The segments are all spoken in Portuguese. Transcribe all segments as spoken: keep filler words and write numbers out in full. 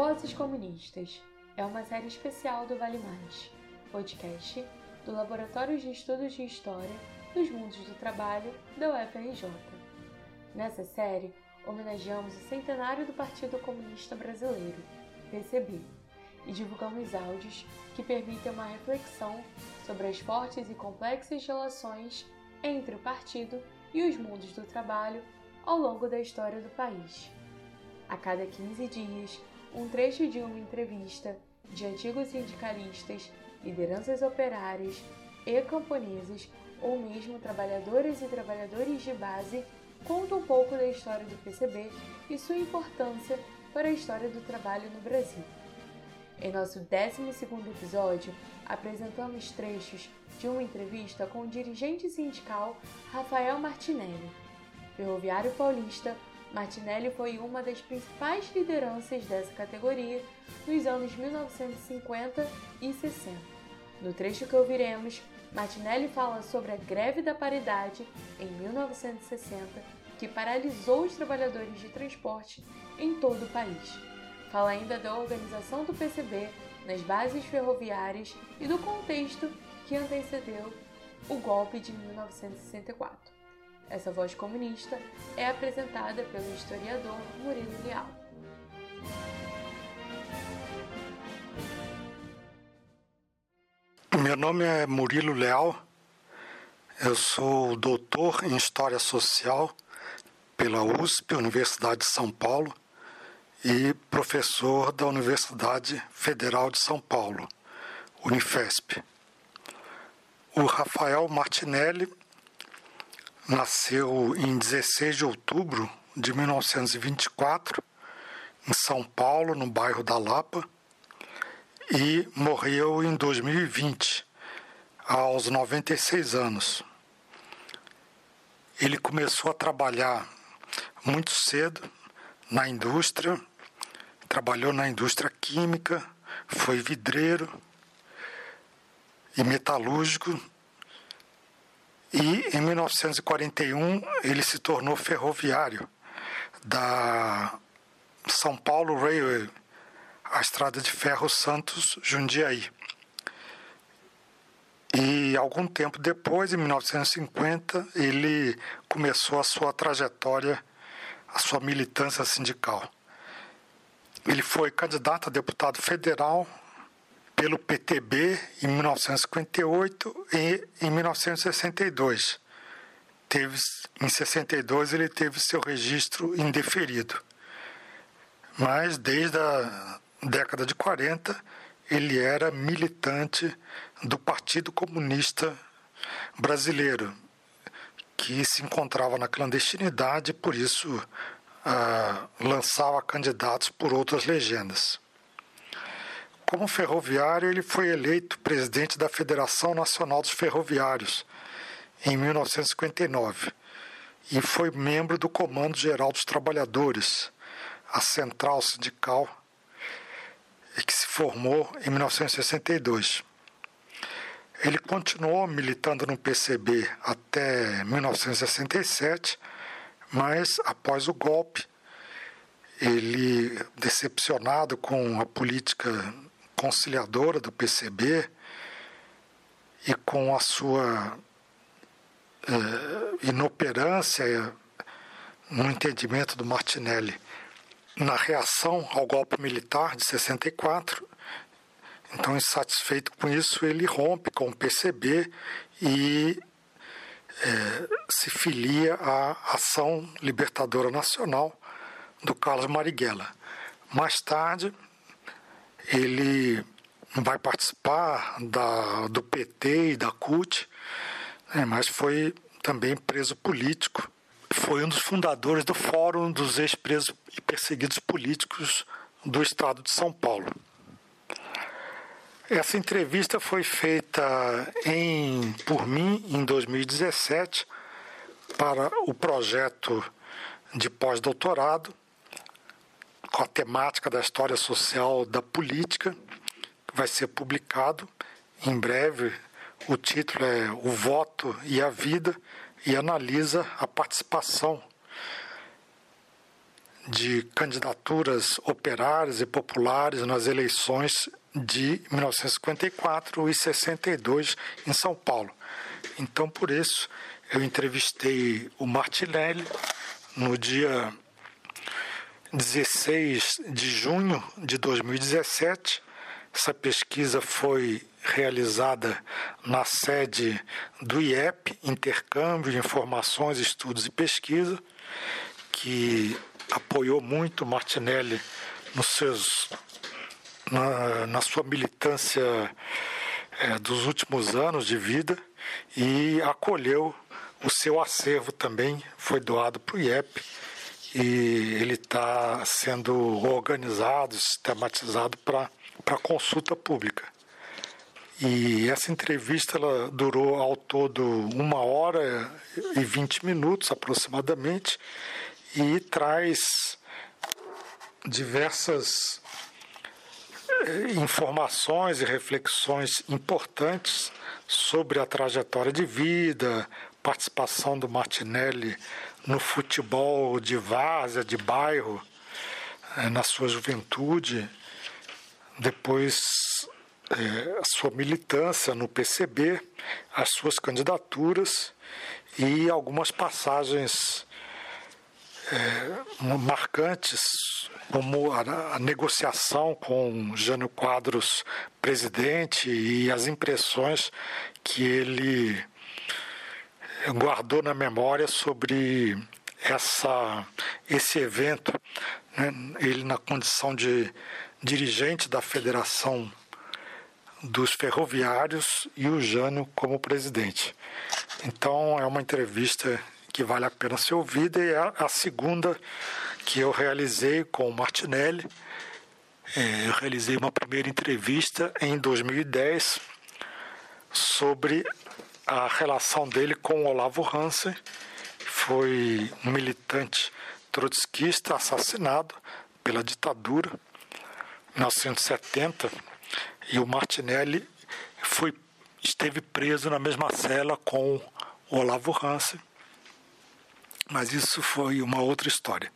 Vozes Comunistas é uma série especial do Vale Mais, podcast do Laboratório de Estudos de História dos Mundos do Trabalho da U F R J. Nessa série, homenageamos o centenário do Partido Comunista Brasileiro, P C B, e divulgamos áudios que permitem uma reflexão sobre as fortes e complexas relações entre o partido e os mundos do trabalho ao longo da história do país. A cada quinze dias, um trecho de uma entrevista de antigos sindicalistas, lideranças operárias e camponeses ou mesmo trabalhadoras e trabalhadores de base conta um pouco da história do P C B e sua importância para a história do trabalho no Brasil. Em nosso décimo segundo episódio, apresentamos trechos de uma entrevista com o dirigente sindical Rafael Martinelli. Ferroviário paulista, Martinelli foi uma das principais lideranças dessa categoria nos anos mil novecentos e cinquenta e sessenta. No trecho que ouviremos, Martinelli fala sobre a greve da paridade em mil novecentos e sessenta, que paralisou os trabalhadores de transporte em todo o país. Fala ainda da organização do P C B nas bases ferroviárias e do contexto que antecedeu o golpe de mil novecentos e sessenta e quatro. Essa voz comunista é apresentada pelo historiador Murilo Leal. Meu nome é Murilo Leal, eu sou doutor em História Social pela U S P, Universidade de São Paulo, e professor da Universidade Federal de São Paulo, Unifesp. O Rafael Martinelli nasceu em dezesseis de outubro de mil novecentos e vinte e quatro, em São Paulo, no bairro da Lapa, e morreu em dois mil e vinte, aos noventa e seis anos. Ele começou a trabalhar muito cedo na indústria, trabalhou na indústria química, foi vidreiro e metalúrgico, e em mil novecentos e quarenta e um ele se tornou ferroviário da São Paulo Railway, a estrada de ferro Santos-Jundiaí. E algum tempo depois, em mil novecentos e cinquenta, ele começou a sua trajetória, a sua militância sindical. Ele foi candidato a deputado federal pelo P T B em mil novecentos e cinquenta e oito e em mil novecentos e sessenta e dois. Teve, em sessenta e dois ele teve seu registro indeferido. Mas desde a década de quarenta ele era militante do Partido Comunista Brasileiro, que se encontrava na clandestinidade e por isso ah, lançava candidatos por outras legendas. Como ferroviário, ele foi eleito presidente da Federação Nacional dos Ferroviários em mil novecentos e cinquenta e nove e foi membro do Comando Geral dos Trabalhadores, a central sindical, que se formou em mil novecentos e sessenta e dois. Ele continuou militando no P C B até mil novecentos e sessenta e sete, mas após o golpe, ele, decepcionado com a política conciliadora do P C B e com a sua eh, inoperância no entendimento do Martinelli na reação ao golpe militar de sessenta e quatro, então, insatisfeito com isso, ele rompe com o P C B e é, se filia à Ação Libertadora Nacional do Carlos Marighella. Mais tarde, ele vai participar da, do P T e da C U T, né, mas foi também preso político. Foi um dos fundadores do Fórum dos Ex-Presos e Perseguidos Políticos do Estado de São Paulo. Essa entrevista foi feita em, por mim em dois mil e dezessete para o projeto de pós-doutorado com a temática da história social da política, que vai ser publicado em breve. O título é O Voto e a Vida e analisa a participação de candidaturas operárias e populares nas eleições de mil novecentos e cinquenta e quatro e sessenta e dois em São Paulo. Então, por isso, eu entrevistei o Martinelli no dia dezesseis de junho de dois mil e dezessete. Essa pesquisa foi realizada na sede do I E P, Intercâmbio de Informações, Estudos e Pesquisa, que apoiou muito Martinelli nos seus, na, na sua militância é, dos últimos anos de vida e acolheu o seu acervo também, foi doado para o I E P e ele está sendo organizado, sistematizado para para consulta pública. E essa entrevista ela durou ao todo uma hora e vinte minutos aproximadamente e traz diversas informações e reflexões importantes sobre a trajetória de vida, participação do Martinelli no futebol de várzea, de bairro, na sua juventude, depois é, a sua militância no P C B, as suas candidaturas e algumas passagens é, marcantes, como a, a negociação com Jânio Quadros presidente e as impressões que ele guardou na memória sobre essa, esse evento, né? Ele na condição de dirigente da Federação dos Ferroviários e o Jânio como presidente. Então é uma entrevista que vale a pena ser ouvida e é a segunda que eu realizei com o Martinelli. É, eu realizei uma primeira entrevista em dois mil e dez sobre a relação dele com o Olavo Hansen, que foi um militante trotskista assassinado pela ditadura em mil novecentos e setenta, e o Martinelli foi, esteve preso na mesma cela com o Olavo Hansen, mas isso foi uma outra história.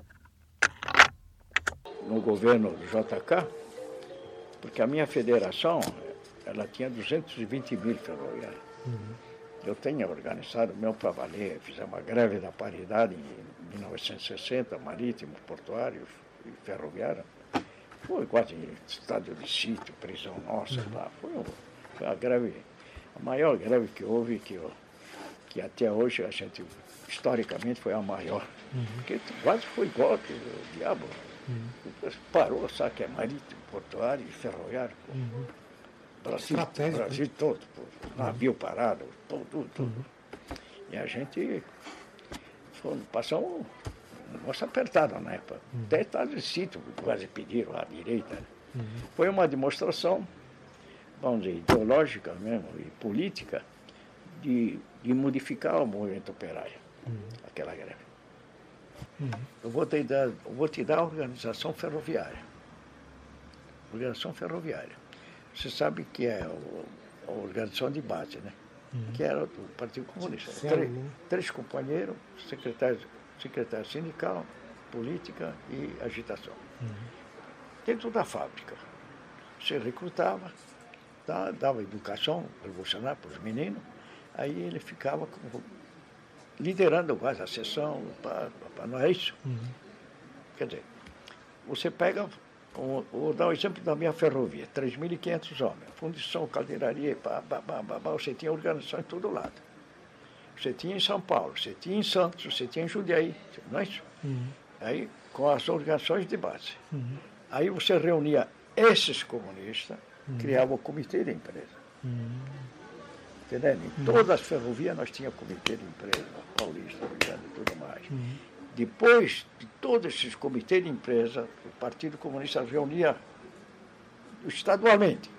No governo do J K, porque a minha federação ela tinha duzentos e vinte mil ferroviários. Uhum. Eu tenho organizado o meu para valer, fizemos uma greve da paridade em mil novecentos e sessenta, marítimo, portuário e ferroviário. Foi quase estado de sítio, prisão nossa uhum. lá. Foi, um, foi a greve, a maior greve que houve, que, eu, que até hoje a gente, historicamente, foi a maior. Uhum. Porque quase foi golpe do diabo. Uhum. Depois parou, sabe que é marítimo, portuário e ferroviário. Uhum. Brasil, Brasil todo, pô, navio parado, tudo, tudo. tudo. Uhum. E a gente foi, passou um negócio apertado na época. Uhum. Até estado de sítio, quase pediram à direita. Uhum. Foi uma demonstração, vamos dizer, ideológica mesmo e política de, de modificar o movimento operário, uhum. aquela greve. Uhum. Eu, vou te dar, eu vou te dar a organização ferroviária. Organização ferroviária. Você sabe que é a organização de base, né? Uhum. Que era do Partido Comunista. Três, três companheiros, secretário, secretário sindical, política e agitação. Uhum. Dentro da fábrica. Você recrutava, tá, dava educação revolucionária para os meninos, aí ele ficava com, liderando quase a sessão, pra, pra, não é isso? Uhum. Quer dizer, você pega... Vou dar o exemplo da minha ferrovia, três mil e quinhentos homens, fundição, caldeiraria, pá, pá, pá, pá, pá, você tinha organização em todo lado. Você tinha em São Paulo, você tinha em Santos, você tinha em Jundiaí, não é isso? Uhum. Aí, com as organizações de base. Uhum. Aí você reunia esses comunistas, uhum. criava o comitê de empresa. Uhum. Entendendo? Em uhum. todas as ferrovias nós tínhamos comitê de empresa, Paulista, Rio e tudo mais. Uhum. Depois de todos esses comitês de empresa, o Partido Comunista reunia estadualmente.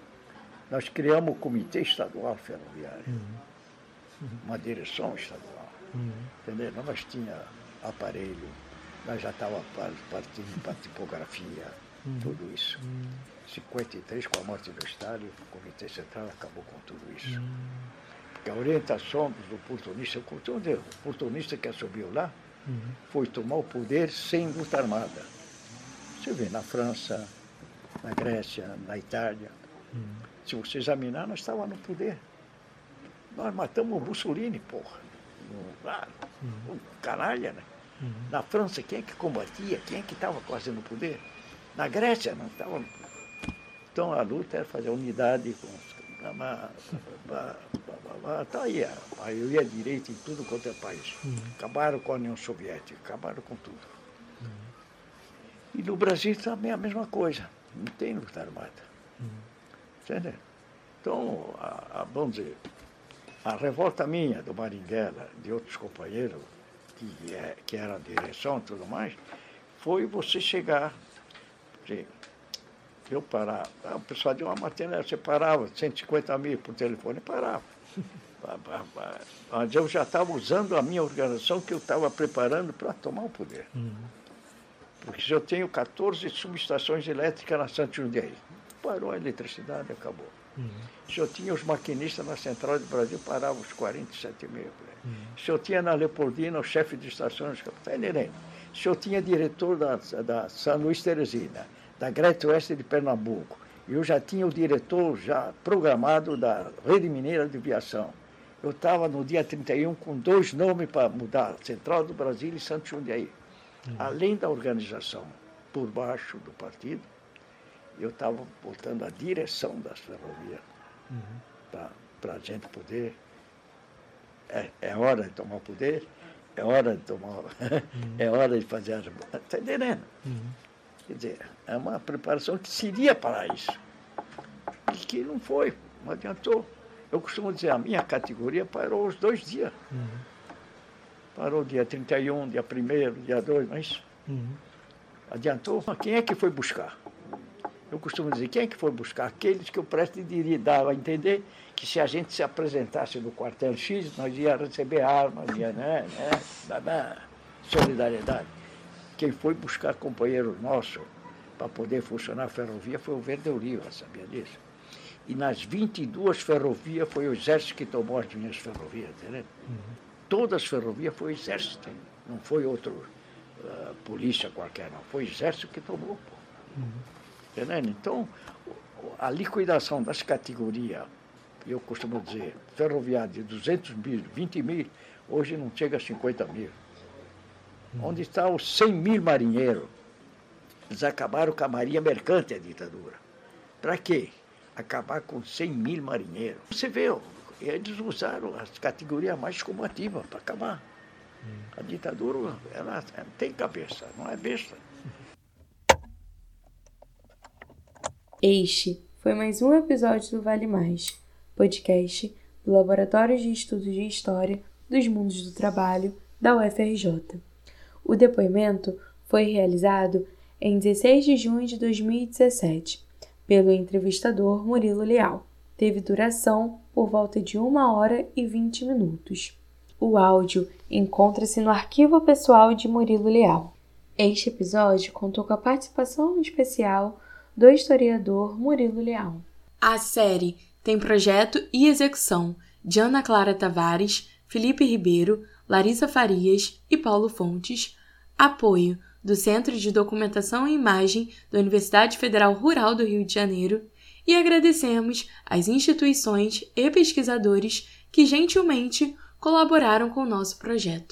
Nós criamos o Comitê Estadual Ferroviário, uhum. Uhum. uma direção estadual. Uhum. Entendeu? Nós tínhamos aparelho, nós já estávamos partindo para tipografia, uhum. tudo isso. Uhum. cinquenta e três, com a morte do Estado, o Comitê Central acabou com tudo isso. Uhum. Porque a orientação do oportunista, o oportunista que assumiu lá, Uhum. Foi tomar o poder sem luta armada. Você vê, na França, na Grécia, na Itália. Uhum. Se você examinar, nós estávamos no poder. Nós matamos o Mussolini, porra. Ah, uhum. Canalha, né? Uhum. Na França, quem é que combatia? Quem é que estava quase no poder? Na Grécia, não estava no poder. Então a luta era fazer unidade com os... Está aí a maioria direita em tudo quanto é país. Uhum. Acabaram com a União Soviética, acabaram com tudo. Uhum. E no Brasil também é a mesma coisa. Não tem luta armada. Uhum. Entendeu? Então, a, a, vamos dizer, a revolta minha, do Marighella, de outros companheiros, que, é, que era a direção e tudo mais, foi você chegar... Porque eu parava, o pessoal de uma matéria, você parava, cento e cinquenta mil por telefone, parava. Mas eu já estava usando a minha organização que eu estava preparando para tomar o poder. Uhum. Porque se eu tenho quatorze subestações elétricas na Santos Jundiaí, parou a eletricidade, acabou. Uhum. Se eu tinha os maquinistas na Central do Brasil, parava os quarenta e sete mil. Uhum. Se eu tinha na Leopoldina o chefe de estações, está entendendo? Se eu tinha diretor da, da São Luís Teresina, da Great Oeste de Pernambuco, eu já tinha o diretor já programado da Rede Mineira de Aviação. Eu estava no dia trinta e um com dois nomes para mudar, Central do Brasil e Santos Jundiaí. Uhum. Além da organização por baixo do partido, eu estava botando a direção das ferrovias uhum. para a gente poder... É, é hora de tomar o poder, é hora de tomar... Uhum. é hora de fazer as... Está entendendo? Uhum. Quer dizer, é uma preparação que seria para isso. E que não foi, não adiantou. Eu costumo dizer, a minha categoria parou os dois dias. Uhum. Parou dia trinta e um, dia primeiro, dia dois, mas uhum. adiantou. Quem é que foi buscar? Eu costumo dizer, quem é que foi buscar? Aqueles que o Prestes diria, dava a entender que se a gente se apresentasse no quartel X, nós ia receber armas, ia, né, né, né, solidariedade. Quem foi buscar companheiros nossos para poder funcionar a ferrovia foi o Verde Oliva, sabia disso? E nas vinte e duas ferrovias foi o Exército que tomou as minhas ferrovias, entendeu? Uhum. Todas as ferrovias foi o Exército, não foi outro uh, polícia qualquer, não. Foi o Exército que tomou, pô. Uhum. Entendeu? Então, a liquidação das categorias, eu costumo dizer, ferroviária de duzentos mil, vinte mil, hoje não chega a cinquenta mil. Uhum. Onde estão os cem mil marinheiros? Eles acabaram com a marinha mercante, a ditadura. Para quê? Acabar com cem mil marinheiros. Você vê, eles usaram as categorias mais combativas para acabar. Uhum. A ditadura, ela tem cabeça, não é besta. Este foi mais um episódio do Vale Mais, podcast do Laboratório de Estudos de História dos Mundos do Trabalho da U F R J. O depoimento foi realizado em dezesseis de junho de dois mil e dezessete, pelo entrevistador Murilo Leal. Teve duração por volta de uma hora e vinte minutos. O áudio encontra-se no arquivo pessoal de Murilo Leal. Este episódio contou com a participação especial do historiador Murilo Leal. A série tem projeto e execução de Ana Clara Tavares, Felipe Ribeiro, Larissa Farias e Paulo Fontes, apoio do Centro de Documentação e Imagem da Universidade Federal Rural do Rio de Janeiro, e agradecemos às instituições e pesquisadores que gentilmente colaboraram com o nosso projeto.